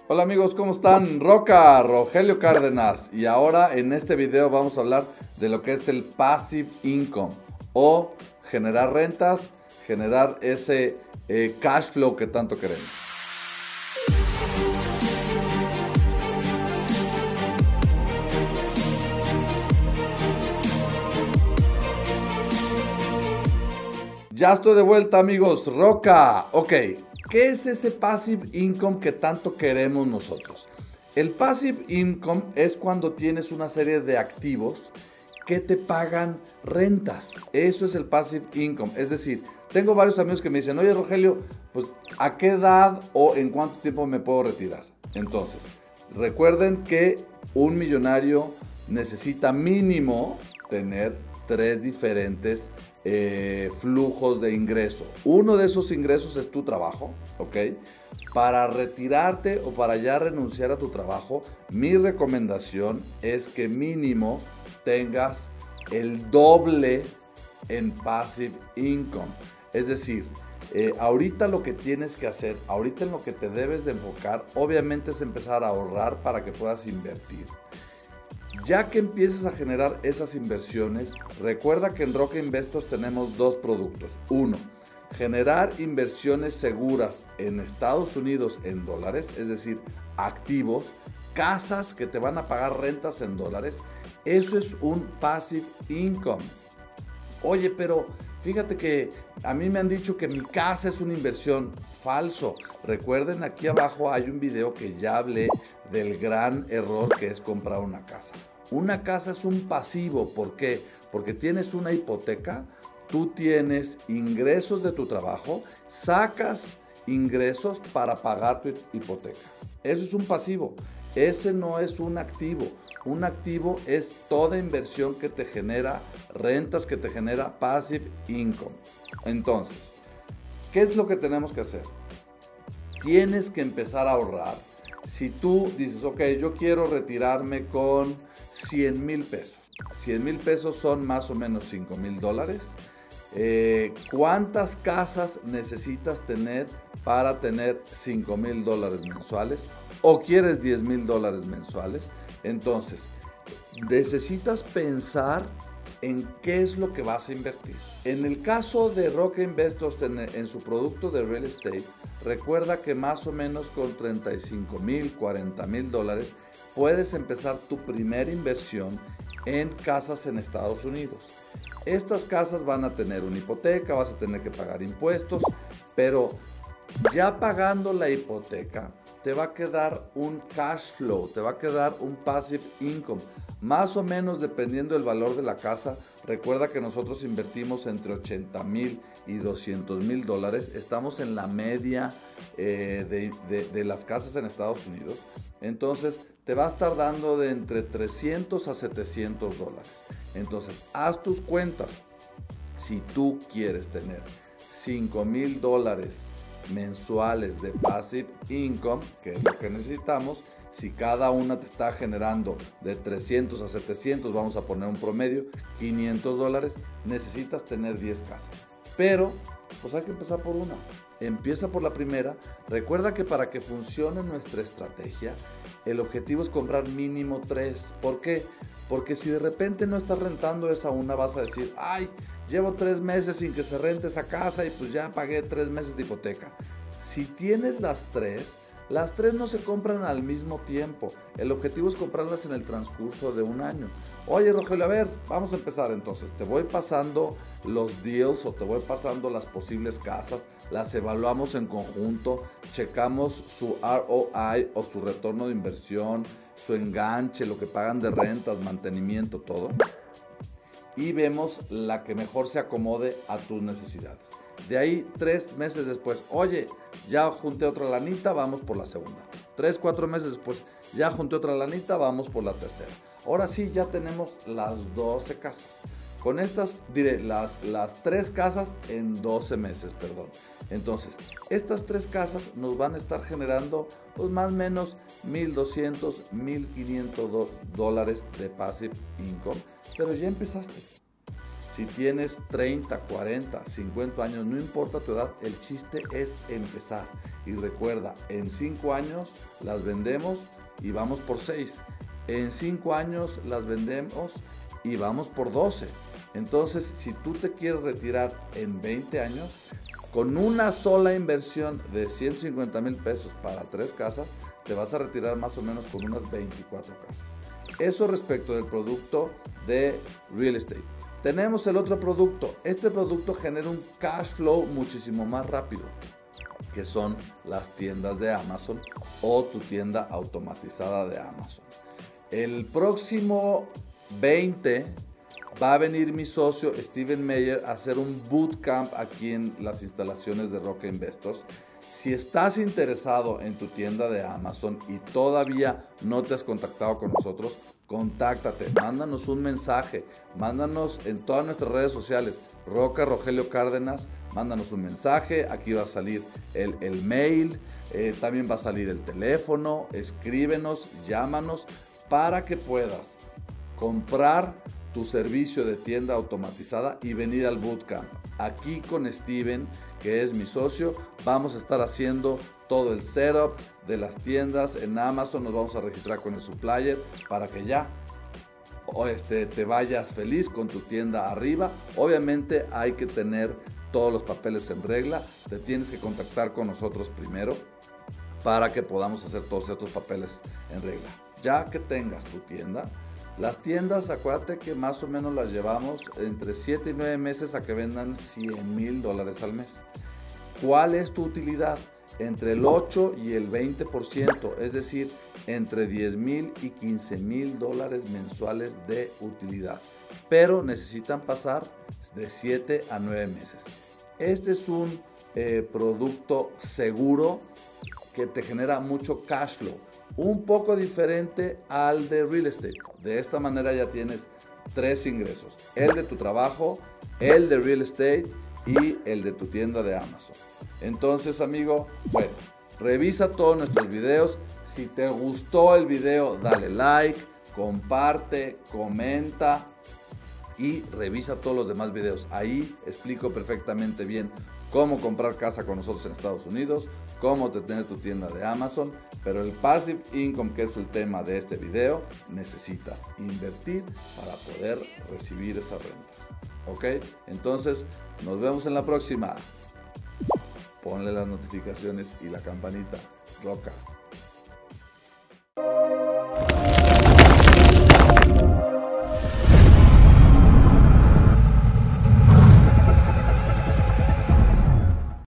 Hola amigos, ¿cómo están? Rogelio Cárdenas, y ahora en este video vamos a hablar de lo que es el passive income o generar rentas, generar ese cash flow que tanto queremos. Ya estoy de vuelta amigos, Roca. Ok, ¿qué es ese passive income que tanto queremos nosotros? El passive income es cuando tienes una serie de activos que te pagan rentas. Eso es el passive income. Es decir, tengo varios amigos que me dicen, oye Rogelio, pues ¿a qué edad o en cuánto tiempo me puedo retirar? Entonces, recuerden que un millonario necesita mínimo tener tres diferentes flujos de ingreso. Uno de esos ingresos es tu trabajo, ¿ok? Para retirarte o para ya renunciar a tu trabajo, mi recomendación es que mínimo tengas el doble en passive income. Es decir, ahorita lo que tienes que hacer, ahorita en lo que te debes de enfocar, obviamente es empezar a ahorrar para que puedas invertir. Ya que empieces a generar esas inversiones, recuerda que en Roca Investors tenemos dos productos. Uno, generar inversiones seguras en Estados Unidos en dólares, es decir, activos, casas que te van a pagar rentas en dólares. Eso es un passive income. Oye, pero fíjate que a mí me han dicho que mi casa es una inversión. Falso. Recuerden, aquí abajo hay un video que ya hablé del gran error que es comprar una casa. Una casa es un pasivo. ¿Por qué? Porque tienes una hipoteca, tú tienes ingresos de tu trabajo, sacas ingresos para pagar tu hipoteca. Eso es un pasivo. Ese no es un activo. Un activo es toda inversión que te genera rentas, que te genera passive income. Entonces, ¿qué es lo que tenemos que hacer? Tienes que empezar a ahorrar. Si tú dices, ok, yo quiero retirarme con 100,000 pesos. 100,000 pesos son más o menos $5,000. ¿Cuántas casas necesitas tener para tener $5,000 mensuales? ¿O quieres $10,000 mensuales? Entonces, necesitas pensar en qué es lo que vas a invertir. En el caso de Roca Investors, en su producto de real estate, recuerda que más o menos con 35,000, 40,000 dólares puedes empezar tu primera inversión en casas en Estados Unidos. Estas casas van a tener una hipoteca, vas a tener que pagar impuestos, pero ya pagando la hipoteca te va a quedar un cash flow, te va a quedar un passive income. Más o menos dependiendo del valor de la casa. Recuerda que nosotros invertimos entre 80,000 y 200,000 dólares. Estamos en la media de las casas en Estados Unidos. Entonces te va a estar dando de entre 300 a 700 dólares. Entonces haz tus cuentas. Si tú quieres tener 5,000 dólares mensuales de passive income, que es lo que necesitamos, si cada una te está generando de 300 a 700, vamos a poner un promedio, 500 dólares, necesitas tener 10 casas. Pero, pues hay que empezar por una. Empieza por la primera. Recuerda que para que funcione nuestra estrategia, el objetivo es comprar mínimo 3. ¿Por qué? Porque si de repente no estás rentando esa una, vas a decir, ay, llevo 3 meses sin que se rente esa casa y pues ya pagué 3 meses de hipoteca. Si tienes las tres no se compran al mismo tiempo. El objetivo es comprarlas en el transcurso de un año. Oye Rogelio, a ver, vamos a empezar entonces. Te voy pasando los deals o te voy pasando las posibles casas. Las evaluamos en conjunto. Checamos su ROI o su retorno de inversión, su enganche, lo que pagan de rentas, mantenimiento, todo. Y vemos la que mejor se acomode a tus necesidades. De ahí 3 meses después, oye, ya junté otra lanita, vamos por la segunda. 3, 4 meses después, ya junté otra lanita, vamos por la tercera. Ahora sí, ya tenemos las 12 casas. Con estas, diré, las 3 casas en 12 meses, perdón. Entonces, estas 3 casas nos van a estar generando, pues más o menos 1,200, 1,500 dólares de passive income. Pero ya empezaste. Si tienes 30, 40, 50 años, no importa tu edad, el chiste es empezar. Y recuerda, en 5 años las vendemos y vamos por 6. En 5 años las vendemos y vamos por 12. Entonces, si tú te quieres retirar en 20 años, con una sola inversión de 150 mil pesos para 3 casas, te vas a retirar más o menos con unas 24 casas. Eso respecto del producto de real estate. Tenemos el otro producto. Este producto genera un cash flow muchísimo más rápido, que son las tiendas de Amazon o tu tienda automatizada de Amazon. El próximo 20 va a venir mi socio Steven Meyer a hacer un bootcamp aquí en las instalaciones de Roca Investors. Si estás interesado en tu tienda de Amazon y todavía no te has contactado con nosotros, contáctate, mándanos un mensaje, mándanos en todas nuestras redes sociales, Roca Rogelio Cárdenas, mándanos un mensaje, aquí va a salir el mail, también va a salir el teléfono, escríbenos, llámanos para que puedas comprar tu servicio de tienda automatizada y venir al bootcamp. Aquí con Steven, que es mi socio, vamos a estar haciendo todo el setup de las tiendas en Amazon. Nos vamos a registrar con el supplier para que ya te vayas feliz con tu tienda arriba. Obviamente hay que tener todos los papeles en regla. Te tienes que contactar con nosotros primero para que podamos hacer todos estos papeles en regla. Ya que tengas tu tienda, las tiendas, acuérdate que más o menos las llevamos entre 7 y 9 meses a que vendan $100,000 al mes. ¿Cuál es tu utilidad? Entre el 8 y el 20%, es decir, entre $10,000 y $15,000 mensuales de utilidad. Pero necesitan pasar de 7 a 9 meses. Este es un producto seguro que te genera mucho cash flow. Un poco diferente al de real estate. De esta manera ya tienes 3 ingresos. El de tu trabajo, el de real estate y el de tu tienda de Amazon. Entonces, amigo, bueno, revisa todos nuestros videos. Si te gustó el video, dale like, comparte, comenta y revisa todos los demás videos. Ahí explico perfectamente bien cómo comprar casa con nosotros en Estados Unidos, cómo tener tu tienda de Amazon, pero el passive income, que es el tema de este video, necesitas invertir para poder recibir esas rentas. ¿Ok? Entonces, nos vemos en la próxima. Ponle las notificaciones y la campanita. Roca.